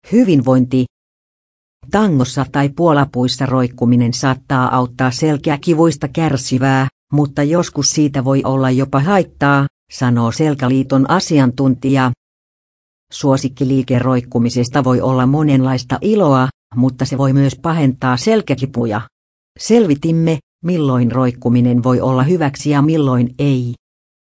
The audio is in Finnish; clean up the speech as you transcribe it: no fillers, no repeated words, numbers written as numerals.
Hyvinvointi. Tangossa tai puolapuissa roikkuminen saattaa auttaa selkäkivuista kärsivää, mutta joskus siitä voi olla jopa haittaa, sanoo Selkäliiton asiantuntija. Suosikkiliike roikkumisesta voi olla monenlaista iloa, mutta se voi myös pahentaa selkäkipuja. Selvitimme, milloin roikkuminen voi olla hyväksi ja milloin ei.